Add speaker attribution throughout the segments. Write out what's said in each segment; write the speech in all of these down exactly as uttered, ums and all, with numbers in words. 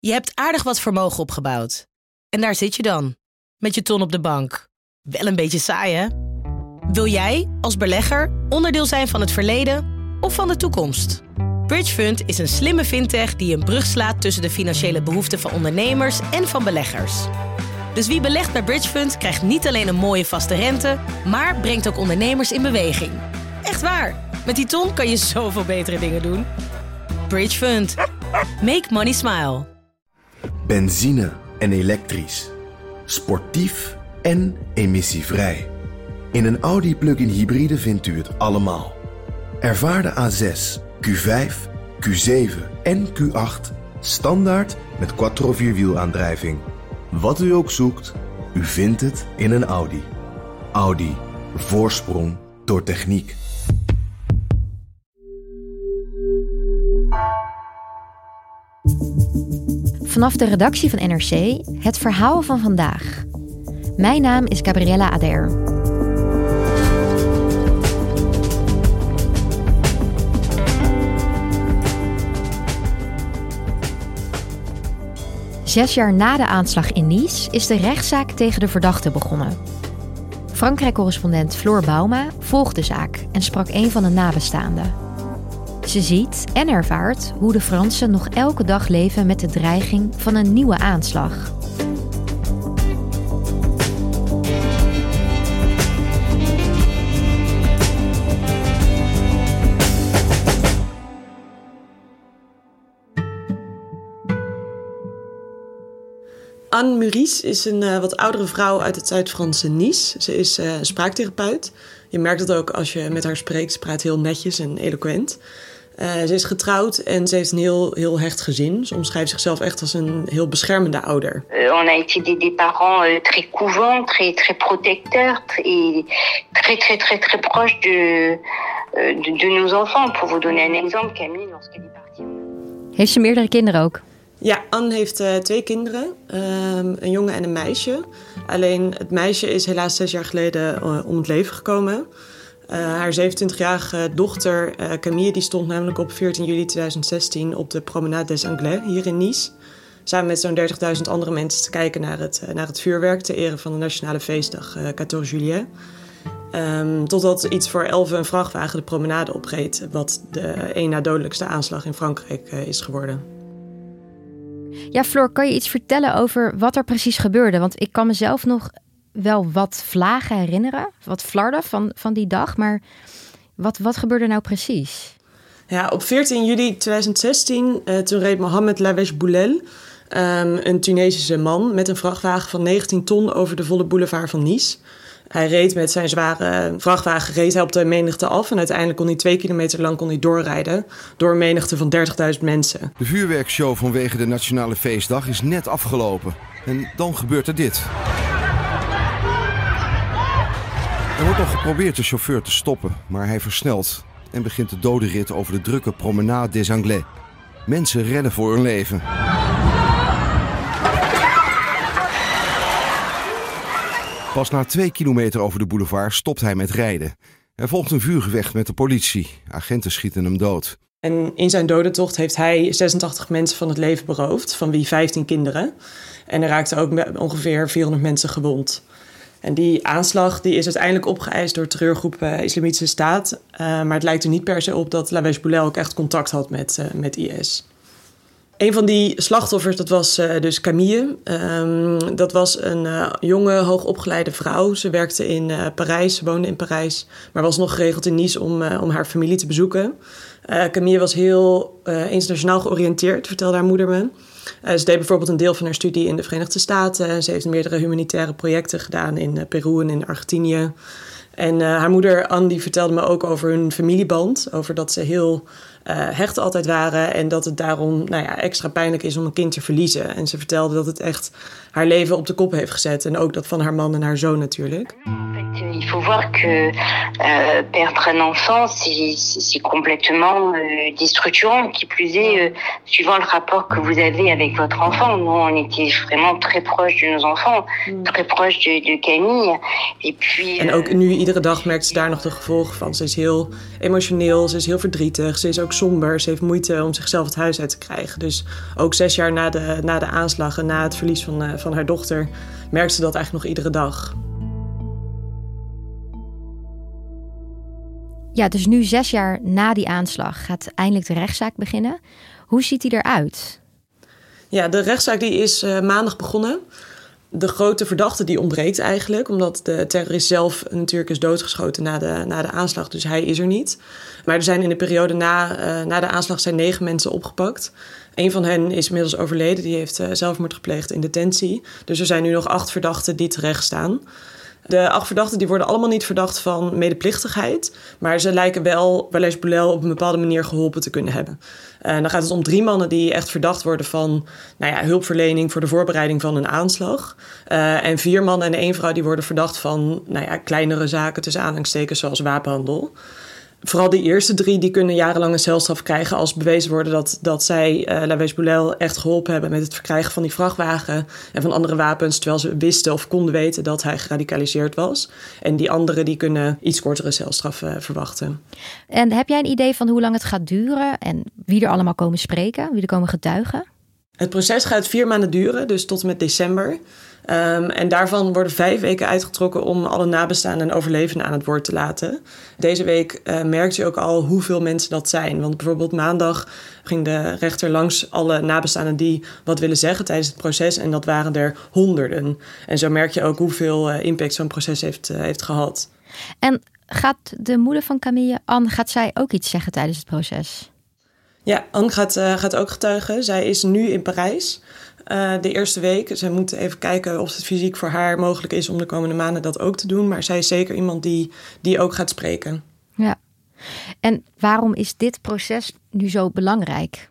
Speaker 1: Je hebt aardig wat vermogen opgebouwd. En daar zit je dan, met je ton op de bank. Wel een beetje saai, hè? Wil jij, als belegger, onderdeel zijn van het verleden of van de toekomst? Bridgefund is een slimme fintech die een brug slaat tussen de financiële behoeften van ondernemers en van beleggers. Dus wie belegt bij Bridgefund krijgt niet alleen een mooie vaste rente, maar brengt ook ondernemers in beweging. Echt waar, met die ton kan je zoveel betere dingen doen. Bridgefund. Make money smile.
Speaker 2: Benzine en elektrisch. Sportief en emissievrij. In een Audi plug-in hybride vindt u het allemaal. Ervaar de A zes, Q vijf, Q zeven en Q acht standaard met quattro vierwielaandrijving. Wat u ook zoekt, u vindt het in een Audi. Audi. Voorsprong door techniek.
Speaker 3: Vanaf de redactie van N R C het verhaal van vandaag. Mijn naam is Gabriella Ader. Zes jaar na de aanslag in Nice is de rechtszaak tegen de verdachte begonnen. Frankrijk-correspondent Floor Bauma volgt de zaak en sprak een van de nabestaanden. Ze ziet en ervaart hoe de Fransen nog elke dag leven met de dreiging van een nieuwe aanslag.
Speaker 4: Anne Muris is een uh, wat oudere vrouw uit het Zuid-Franse Nice. Ze is uh, een spraaktherapeut. Je merkt dat ook als je met haar spreekt. Ze praat heel netjes en eloquent. Uh, ze is getrouwd en ze heeft een heel, heel hecht gezin. Ze omschrijft zichzelf echt als een heel beschermende ouder.
Speaker 5: Uh, on a été des, des parents uh, très couvents, très, très protecteurs et très, très, très, très proches de, uh, de, de nos enfants. Pour vous donner un exemple, Camille, lorsqu'elle est partie.
Speaker 3: Heeft ze meerdere kinderen ook?
Speaker 4: Ja, Anne heeft uh, twee kinderen, um, een jongen en een meisje. Alleen het meisje is helaas zes jaar geleden uh, om het leven gekomen. Uh, haar zevenentwintigjarige dochter uh, Camille die stond namelijk op veertien juli tweeduizend zestien op de Promenade des Anglais hier in Nice. Samen met zo'n dertigduizend andere mensen te kijken naar het, uh, naar het vuurwerk ter ere van de nationale feestdag uh, veertien juillet. Um, totdat iets voor elf een vrachtwagen de promenade opreed, wat de één na dodelijkste aanslag in Frankrijk uh, is geworden.
Speaker 3: Ja, Floor, kan je iets vertellen over wat er precies gebeurde? Want ik kan mezelf nog wel wat vlagen herinneren, wat flarden van, van die dag. Maar wat, wat gebeurde nou precies?
Speaker 4: Ja, op veertien juli tweeduizend zestien, uh, toen reed Mohamed Lawesh Boulel, um, een Tunesische man, met een vrachtwagen van negentien ton over de volle boulevard van Nice. Hij reed met zijn zware vrachtwagen, reed hij op de menigte af. En uiteindelijk kon hij twee kilometer lang kon hij doorrijden door een menigte van dertigduizend mensen.
Speaker 6: De vuurwerkshow vanwege de Nationale Feestdag is net afgelopen. En dan gebeurt er dit. Er wordt nog geprobeerd de chauffeur te stoppen, maar hij versnelt en begint de dodenrit over de drukke Promenade des Anglais. Mensen rennen voor hun leven. Pas na twee kilometer over de boulevard stopt hij met rijden. Er volgt een vuurgevecht met de politie. Agenten schieten hem dood.
Speaker 4: En in zijn dodentocht heeft hij zesentachtig mensen van het leven beroofd, van wie vijftien kinderen. En er raakten ook ongeveer vierhonderd mensen gewond. En die aanslag die is uiteindelijk opgeëist door terreurgroep uh, Islamitische Staat. Uh, maar het lijkt er niet per se op dat Lawesh Boulel ook echt contact had met, uh, met I S. Een van die slachtoffers, dat was uh, dus Camille. Um, dat was een uh, jonge, hoogopgeleide vrouw. Ze werkte in uh, Parijs, ze woonde in Parijs, maar was nog geregeld in Nice om, uh, om haar familie te bezoeken. Uh, Camille was heel uh, internationaal georiënteerd, vertelde haar moeder me. Uh, ze deed bijvoorbeeld een deel van haar studie in de Verenigde Staten. Ze heeft meerdere humanitaire projecten gedaan in uh, Peru en in Argentinië. En uh, haar moeder Anne die vertelde me ook over hun familieband. Over dat ze heel uh, hecht altijd waren. En dat het daarom nou ja, extra pijnlijk is om een kind te verliezen. En ze vertelde dat het echt haar leven op de kop heeft gezet. En ook dat van haar man en haar zoon natuurlijk.
Speaker 5: Il faut voir que euh, perdre un enfant, c'est, c'est complètement euh, déstructurant. Qui plus est, euh, suivant le rapport que vous avez avec votre enfant. Nous, on était vraiment très proches de nos enfants, mm. très proches de, de Camille. Et puis,
Speaker 4: en ook nu, iedere dag merkt ze daar nog de gevolgen van. Ze is heel emotioneel, ze is heel verdrietig. Ze is ook ook somber. Ze heeft moeite om zichzelf het huis uit te krijgen. Dus ook zes jaar na de, na de aanslag en na het verlies van, uh, van haar dochter merkt ze dat eigenlijk nog iedere dag.
Speaker 3: Ja, dus nu zes jaar na die aanslag gaat eindelijk de rechtszaak beginnen. Hoe ziet die eruit?
Speaker 4: Ja, de rechtszaak die is uh, maandag begonnen. De grote verdachte die ontbreekt eigenlijk, omdat de terrorist zelf natuurlijk is doodgeschoten na de, na de aanslag. Dus hij is er niet. Maar er zijn in de periode na, uh, na de aanslag zijn negen mensen opgepakt. Een van hen is inmiddels overleden. Die heeft uh, zelfmoord gepleegd in detentie. Dus er zijn nu nog acht verdachten die terecht staan. De acht verdachten die worden allemaal niet verdacht van medeplichtigheid. Maar ze lijken wel Walès Boulel op een bepaalde manier geholpen te kunnen hebben. Uh, dan gaat het om drie mannen die echt verdacht worden van nou ja, hulpverlening voor de voorbereiding van een aanslag. Uh, en vier mannen en één vrouw die worden verdacht van nou ja, kleinere zaken tussen aanhalingstekens zoals wapenhandel. Vooral die eerste drie die kunnen jarenlange celstraf krijgen als bewezen worden dat, dat zij uh, Walès Boulel echt geholpen hebben met het verkrijgen van die vrachtwagen en van andere wapens, terwijl ze wisten of konden weten dat hij geradicaliseerd was. En die anderen die kunnen iets kortere celstraf uh, verwachten.
Speaker 3: En heb jij een idee van hoe lang het gaat duren en wie er allemaal komen spreken, wie er komen getuigen?
Speaker 4: Het proces gaat vier maanden duren, dus tot en met december. Um, en daarvan worden vijf weken uitgetrokken om alle nabestaanden en overlevenden aan het woord te laten. Deze week uh, merkt u ook al hoeveel mensen dat zijn. Want bijvoorbeeld maandag ging de rechter langs alle nabestaanden die wat willen zeggen tijdens het proces. En dat waren er honderden. En zo merk je ook hoeveel uh, impact zo'n proces heeft, uh, heeft gehad.
Speaker 3: En gaat de moeder van Camille, Anne, gaat zij ook iets zeggen tijdens het proces?
Speaker 4: Ja, Anne gaat, uh, gaat ook getuigen. Zij is nu in Parijs. Uh, de eerste week. Zij moet even kijken of het fysiek voor haar mogelijk is om de komende maanden dat ook te doen. Maar zij is zeker iemand die, die ook gaat spreken.
Speaker 3: Ja. En waarom is dit proces nu zo belangrijk?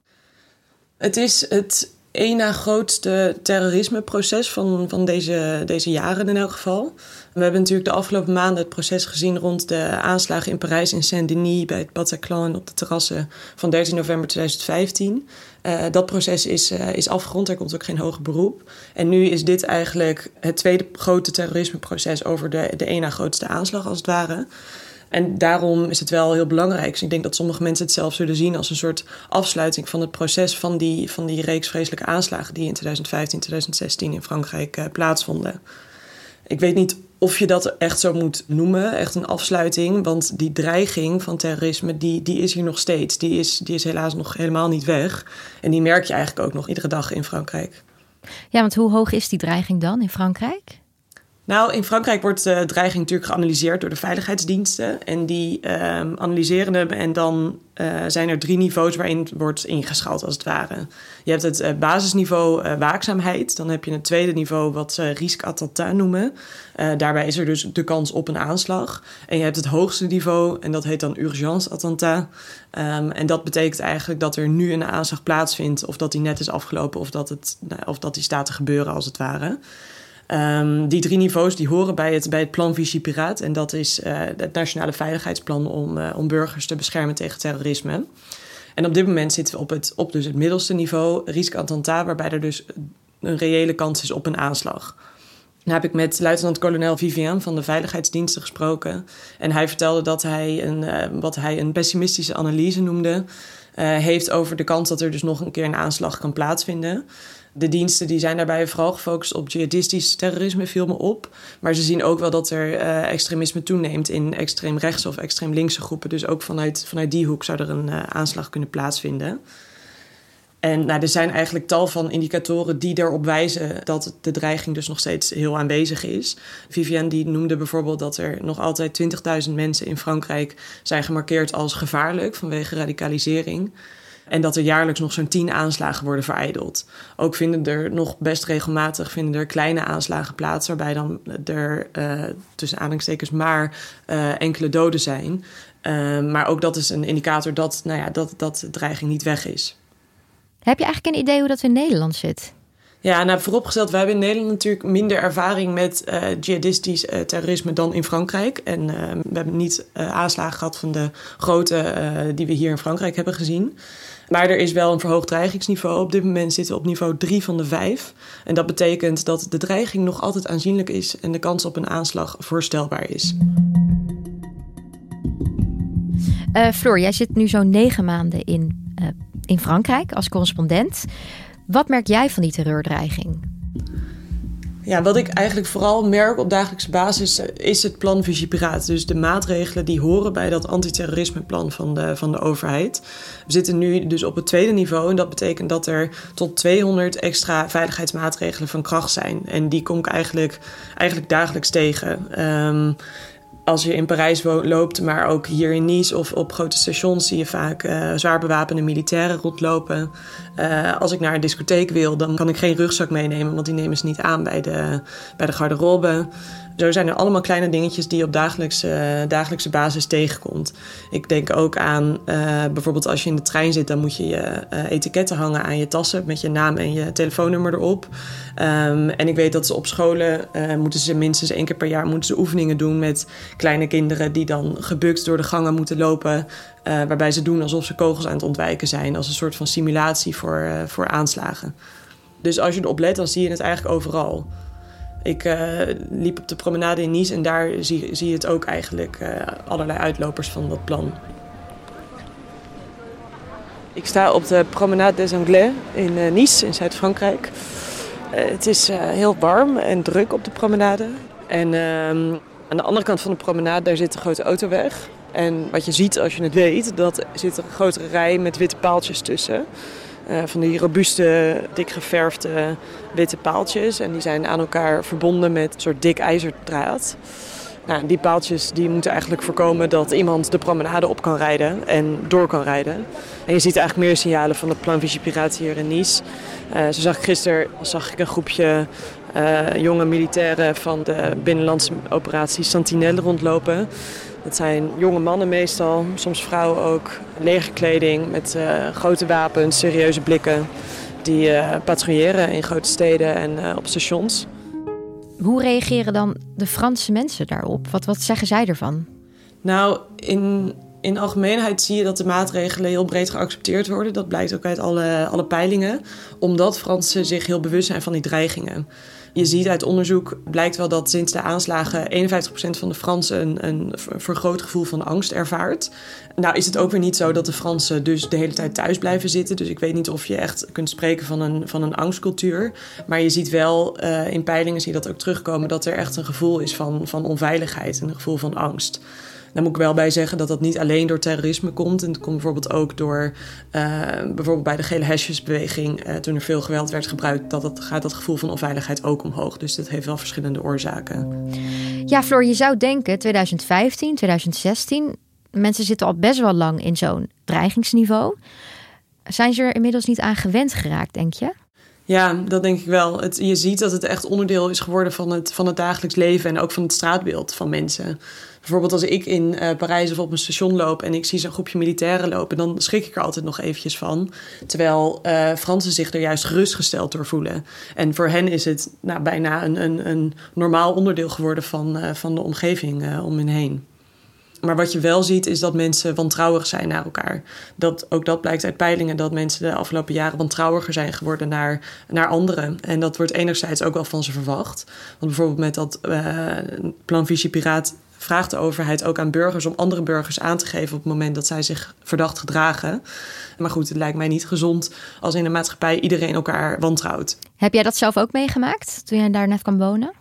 Speaker 4: Het is het één na grootste terrorismeproces van, van deze, deze jaren in elk geval. We hebben natuurlijk de afgelopen maanden het proces gezien rond de aanslagen in Parijs in Saint-Denis bij het Bataclan en op de terrassen van dertien november tweeduizend vijftien. Uh, dat proces is, uh, is afgerond, er komt ook geen hoger beroep. En nu is dit eigenlijk het tweede grote terrorismeproces over de, de één na grootste aanslag als het ware. En daarom is het wel heel belangrijk. Dus ik denk dat sommige mensen het zelf zullen zien als een soort afsluiting van het proces van die, van die reeks vreselijke aanslagen die in tweeduizend vijftien, tweeduizend zestien in Frankrijk uh, plaatsvonden. Ik weet niet of je dat echt zo moet noemen, echt een afsluiting. Want die dreiging van terrorisme, die, die is hier nog steeds. Die is, die is helaas nog helemaal niet weg. En die merk je eigenlijk ook nog iedere dag in Frankrijk.
Speaker 3: Ja, want hoe hoog is die dreiging dan in Frankrijk?
Speaker 4: Nou, in Frankrijk wordt de dreiging natuurlijk geanalyseerd door de veiligheidsdiensten. En die uh, analyseren hem en dan uh, zijn er drie niveaus waarin het wordt ingeschaald als het ware. Je hebt het uh, basisniveau uh, waakzaamheid. Dan heb je het tweede niveau wat ze risque attentat noemen. Uh, daarbij is er dus de kans op een aanslag. En je hebt het hoogste niveau en dat heet dan urgence attentat. Um, en dat betekent eigenlijk dat er nu een aanslag plaatsvindt, of dat die net is afgelopen of dat, het, nou, of dat die staat te gebeuren als het ware. Um, die drie niveaus die horen bij het, bij het plan Vigipirate. En dat is uh, het nationale veiligheidsplan om, uh, om burgers te beschermen tegen terrorisme. En op dit moment zitten we op het, op dus het middelste niveau, risque attentat, waarbij er dus een reële kans is op een aanslag. Dan heb ik met luitenant-kolonel Vivien van de veiligheidsdiensten gesproken. En hij vertelde dat hij een, uh, wat hij een pessimistische analyse noemde, uh, heeft over de kans dat er dus nog een keer een aanslag kan plaatsvinden. De diensten die zijn daarbij vooral gefocust op jihadistisch terrorisme, viel me op. Maar ze zien ook wel dat er uh, extremisme toeneemt in extreem rechtse of extreem linkse groepen. Dus ook vanuit, vanuit die hoek zou er een uh, aanslag kunnen plaatsvinden. En nou, er zijn eigenlijk tal van indicatoren die erop wijzen dat de dreiging dus nog steeds heel aanwezig is. Vivien die noemde bijvoorbeeld dat er nog altijd twintigduizend mensen in Frankrijk zijn gemarkeerd als gevaarlijk vanwege radicalisering. En dat er jaarlijks nog zo'n tien aanslagen worden verijdeld. Ook vinden er nog best regelmatig vinden er kleine aanslagen plaats, waarbij dan er uh, tussen aanhalingstekens maar uh, enkele doden zijn. Uh, maar ook dat is een indicator dat, nou ja, dat, dat de dreiging niet weg is.
Speaker 3: Heb je eigenlijk een idee hoe dat in Nederland zit?
Speaker 4: Ja, nou vooropgesteld, wij hebben in Nederland natuurlijk minder ervaring met uh, jihadistisch uh, terrorisme dan in Frankrijk. En uh, we hebben niet uh, aanslagen gehad van de grote uh, die we hier in Frankrijk hebben gezien. Maar er is wel een verhoogd dreigingsniveau. Op dit moment zitten we op niveau drie van de vijf. En dat betekent dat de dreiging nog altijd aanzienlijk is en de kans op een aanslag voorstelbaar is.
Speaker 3: Uh, Floor, jij zit nu zo'n negen maanden in, uh, in Frankrijk als correspondent. Wat merk jij van die terreurdreiging?
Speaker 4: Ja, wat ik eigenlijk vooral merk op dagelijkse basis is het plan Vigipirate. Dus de maatregelen die horen bij dat antiterrorismeplan van de, van de overheid. We zitten nu dus op het tweede niveau en dat betekent dat er tot tweehonderd extra veiligheidsmaatregelen van kracht zijn. En die kom ik eigenlijk, eigenlijk dagelijks tegen. Um, Als je in Parijs loopt, maar ook hier in Nice of op grote stations zie je vaak uh, zwaar bewapende militairen rondlopen. Uh, als ik naar een discotheek wil, dan kan ik geen rugzak meenemen, want die nemen ze niet aan bij de, bij de garderobe. Zo zijn er allemaal kleine dingetjes die je op dagelijkse, dagelijkse basis tegenkomt. Ik denk ook aan uh, bijvoorbeeld als je in de trein zit, dan moet je je uh, etiketten hangen aan je tassen met je naam en je telefoonnummer erop. Um, en ik weet dat ze op scholen uh, moeten ze minstens één keer per jaar moeten ze oefeningen doen met kleine kinderen die dan gebukt door de gangen moeten lopen. Uh, waarbij ze doen alsof ze kogels aan het ontwijken zijn. Als een soort van simulatie voor, uh, voor aanslagen. Dus als je erop let, dan zie je het eigenlijk overal. Ik uh, liep op de promenade in Nice en daar zie, zie je het ook eigenlijk. Uh, allerlei uitlopers van dat plan. Ik sta op de Promenade des Anglais in uh, Nice in Zuid-Frankrijk. Uh, het is uh, heel warm en druk op de promenade. En uh, aan de andere kant van de promenade daar zit een grote autoweg. En wat je ziet als je het weet, dat zit er een grotere rij met witte paaltjes tussen. Uh, van die robuuste, dik geverfde witte paaltjes. En die zijn aan elkaar verbonden met een soort dik ijzerdraad. Nou, die paaltjes die moeten eigenlijk voorkomen dat iemand de promenade op kan rijden en door kan rijden. En je ziet eigenlijk meer signalen van het plan Vigipirate hier in Nice. Uh, zo zag ik gisteren zag ik een groepje uh, jonge militairen van de binnenlandse operatie Sentinelle rondlopen. Dat zijn jonge mannen meestal, soms vrouwen ook. Legerkleding met uh, grote wapens, serieuze blikken. Die uh, patrouilleren in grote steden en uh, op stations.
Speaker 3: Hoe reageren dan de Franse mensen daarop? Wat, wat zeggen zij ervan?
Speaker 4: Nou, in, in algemeenheid zie je dat de maatregelen heel breed geaccepteerd worden. Dat blijkt ook uit alle, alle peilingen. Omdat Fransen zich heel bewust zijn van die dreigingen. Je ziet uit onderzoek, blijkt wel dat sinds de aanslagen eenenvijftig procent van de Fransen een, een vergroot gevoel van angst ervaart. Nou is het ook weer niet zo dat de Fransen dus de hele tijd thuis blijven zitten. Dus ik weet niet of je echt kunt spreken van een, van een angstcultuur. Maar je ziet wel, uh, in peilingen zie je dat ook terugkomen, dat er echt een gevoel is van, van onveiligheid en een gevoel van angst. Daar moet ik wel bij zeggen dat dat niet alleen door terrorisme komt. En het komt bijvoorbeeld ook door, uh, bijvoorbeeld bij de gele hesjesbeweging, uh, toen er veel geweld werd gebruikt, dat het, gaat dat gevoel van onveiligheid ook omhoog. Dus dat heeft wel verschillende oorzaken.
Speaker 3: Ja, Floor, je zou denken twintig vijftien, twintig zestien, mensen zitten al best wel lang in zo'n dreigingsniveau. Zijn ze er inmiddels niet aan gewend geraakt, denk je?
Speaker 4: Ja, dat denk ik wel. Het, je ziet dat het echt onderdeel is geworden van het, van het dagelijks leven en ook van het straatbeeld van mensen. Bijvoorbeeld als ik in uh, Parijs of op een station loop en ik zie zo'n groepje militairen lopen, dan schrik ik er altijd nog eventjes van. Terwijl uh, Fransen zich er juist gerustgesteld door voelen. En voor hen is het nou, bijna een, een, een normaal onderdeel geworden van, uh, van de omgeving uh, om hen heen. Maar wat je wel ziet is dat mensen wantrouwig zijn naar elkaar. Dat, ook dat blijkt uit peilingen, dat mensen de afgelopen jaren wantrouwiger zijn geworden naar, naar anderen. En dat wordt enerzijds ook wel van ze verwacht. Want bijvoorbeeld met dat uh, plan Vigipirate vraagt de overheid ook aan burgers om andere burgers aan te geven op het moment dat zij zich verdacht gedragen. Maar goed, het lijkt mij niet gezond als in de maatschappij iedereen elkaar wantrouwt.
Speaker 3: Heb jij dat zelf ook meegemaakt toen jij daar net kwam wonen?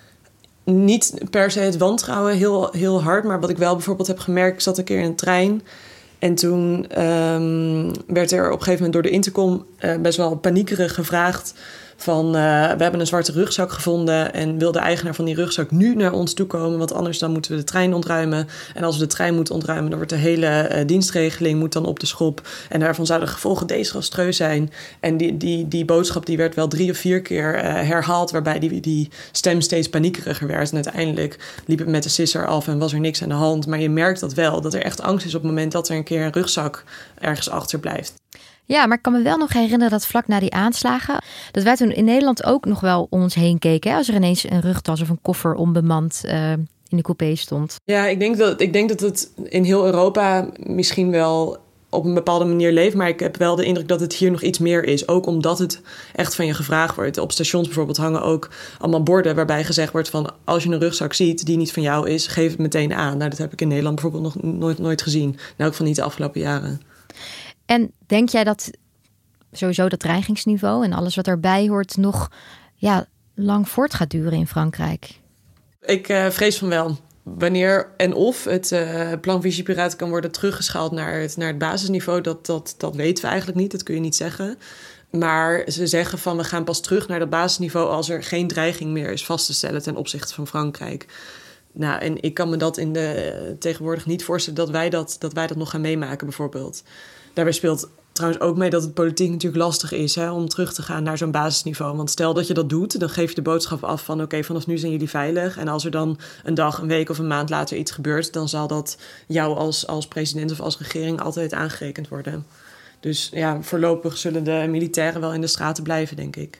Speaker 4: Niet per se het wantrouwen heel, heel hard, maar wat ik wel bijvoorbeeld heb gemerkt, ik zat een keer in een trein en toen um, werd er op een gegeven moment door de intercom uh, best wel paniekerig gevraagd van uh, we hebben een zwarte rugzak gevonden en wil de eigenaar van die rugzak nu naar ons toe komen, want anders dan moeten we de trein ontruimen. En als we de trein moeten ontruimen, dan wordt de hele uh, dienstregeling moet dan op de schop. En daarvan zouden de gevolgen desastreus zijn. En die, die, die boodschap die werd wel drie of vier keer uh, herhaald, waarbij die, die stem steeds paniekeriger werd. En uiteindelijk liep het met de sisser af en was er niks aan de hand. Maar je merkt dat wel, dat er echt angst is op het moment dat er een keer een rugzak ergens achterblijft.
Speaker 3: Ja, maar ik kan me wel nog herinneren dat vlak na die aanslagen, dat wij toen in Nederland ook nog wel om ons heen keken. Hè, als er ineens een rugtas of een koffer onbemand uh, in de coupé stond.
Speaker 4: Ja, ik denk dat, ik denk dat het in heel Europa misschien wel op een bepaalde manier leeft. Maar ik heb wel de indruk dat het hier nog iets meer is. Ook omdat het echt van je gevraagd wordt. Op stations bijvoorbeeld hangen ook allemaal borden waarbij gezegd wordt van als je een rugzak ziet die niet van jou is, geef het meteen aan. Nou, dat heb ik in Nederland bijvoorbeeld nog nooit, nooit gezien. Nou, ook van niet de afgelopen jaren.
Speaker 3: En denk jij dat sowieso dat dreigingsniveau en alles wat erbij hoort nog ja, lang voort gaat duren in Frankrijk?
Speaker 4: Ik uh, vrees van wel. Wanneer en of het uh, plan Vigipirate kan worden teruggeschaald naar het, naar het basisniveau, dat, dat, dat weten we eigenlijk niet. Dat kun je niet zeggen. Maar ze zeggen van we gaan pas terug naar dat basisniveau als er geen dreiging meer is vast te stellen ten opzichte van Frankrijk. Nou, en ik kan me dat in de uh, tegenwoordig niet voorstellen dat wij dat, dat wij dat nog gaan meemaken bijvoorbeeld. Daarbij speelt trouwens ook mee dat het politiek natuurlijk lastig is hè, om terug te gaan naar zo'n basisniveau. Want stel dat je dat doet, dan geef je de boodschap af van oké, okay, vanaf nu zijn jullie veilig. En als er dan een dag, een week of een maand later iets gebeurt, dan zal dat jou als, als president of als regering altijd aangerekend worden. Dus ja, voorlopig zullen de militairen wel in de straten blijven, denk ik.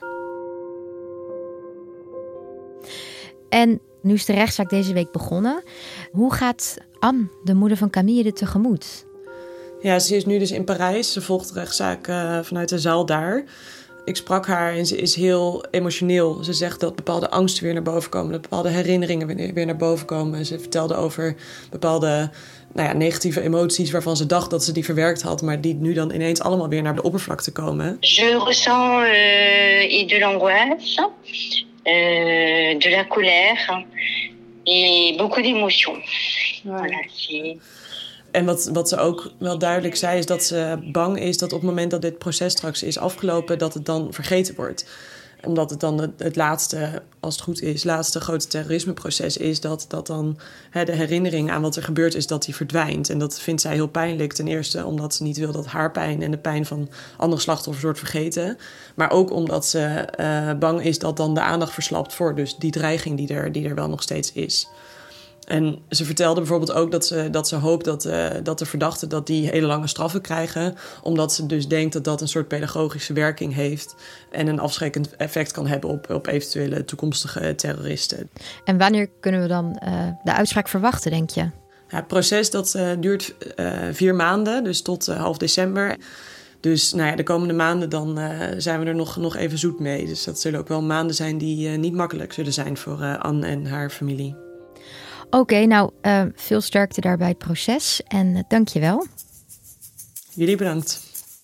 Speaker 3: En nu is de rechtszaak deze week begonnen. Hoe gaat Anne, de moeder van Camille, er tegemoet?
Speaker 4: Ja, ze is nu dus in Parijs. Ze volgt de rechtszaak uh, vanuit de zaal daar. Ik sprak haar en ze is heel emotioneel. Ze zegt dat bepaalde angsten weer naar boven komen. Dat bepaalde herinneringen weer, weer naar boven komen. Ze vertelde over bepaalde nou ja, negatieve emoties waarvan ze dacht dat ze die verwerkt had, maar die nu dan ineens allemaal weer naar de oppervlakte komen.
Speaker 5: Je ressens euh, de l'angoisse, euh, de la colère et beaucoup d'émotions. Voilà, c'est...
Speaker 4: En wat, wat ze ook wel duidelijk zei, is dat ze bang is dat op het moment dat dit proces straks is afgelopen, dat het dan vergeten wordt. Omdat het dan het, het laatste, als het goed is, laatste grote terrorismeproces is, dat, dat dan hè, de herinnering aan wat er gebeurd is, dat die verdwijnt. En dat vindt zij heel pijnlijk. Ten eerste omdat ze niet wil dat haar pijn en de pijn van andere slachtoffers wordt vergeten. Maar ook omdat ze uh, bang is dat dan de aandacht verslapt voor dus die dreiging die er, die er wel nog steeds is. En ze vertelde bijvoorbeeld ook dat ze, dat ze hoopt dat, uh, dat de verdachten dat die hele lange straffen krijgen, omdat ze dus denkt dat dat een soort pedagogische werking heeft en een afschrikkend effect kan hebben op, op eventuele toekomstige terroristen.
Speaker 3: En wanneer kunnen we dan uh, de uitspraak verwachten, denk je?
Speaker 4: Ja, het proces dat uh, duurt uh, vier maanden, dus tot uh, half december. Dus nou ja, de komende maanden dan uh, zijn we er nog, nog even zoet mee. Dus dat zullen ook wel maanden zijn die uh, niet makkelijk zullen zijn voor uh, Anne en haar familie.
Speaker 3: Oké, okay, nou, uh, veel sterkte daar bij het proces en uh, dank je wel.
Speaker 4: Jullie bedankt.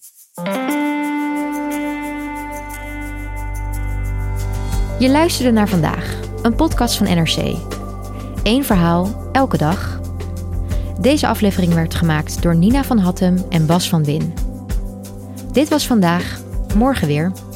Speaker 3: Je luisterde naar Vandaag, een podcast van N R C. Eén verhaal, elke dag. Deze aflevering werd gemaakt door Nina van Hattem en Bas van Win. Dit was Vandaag, morgen weer.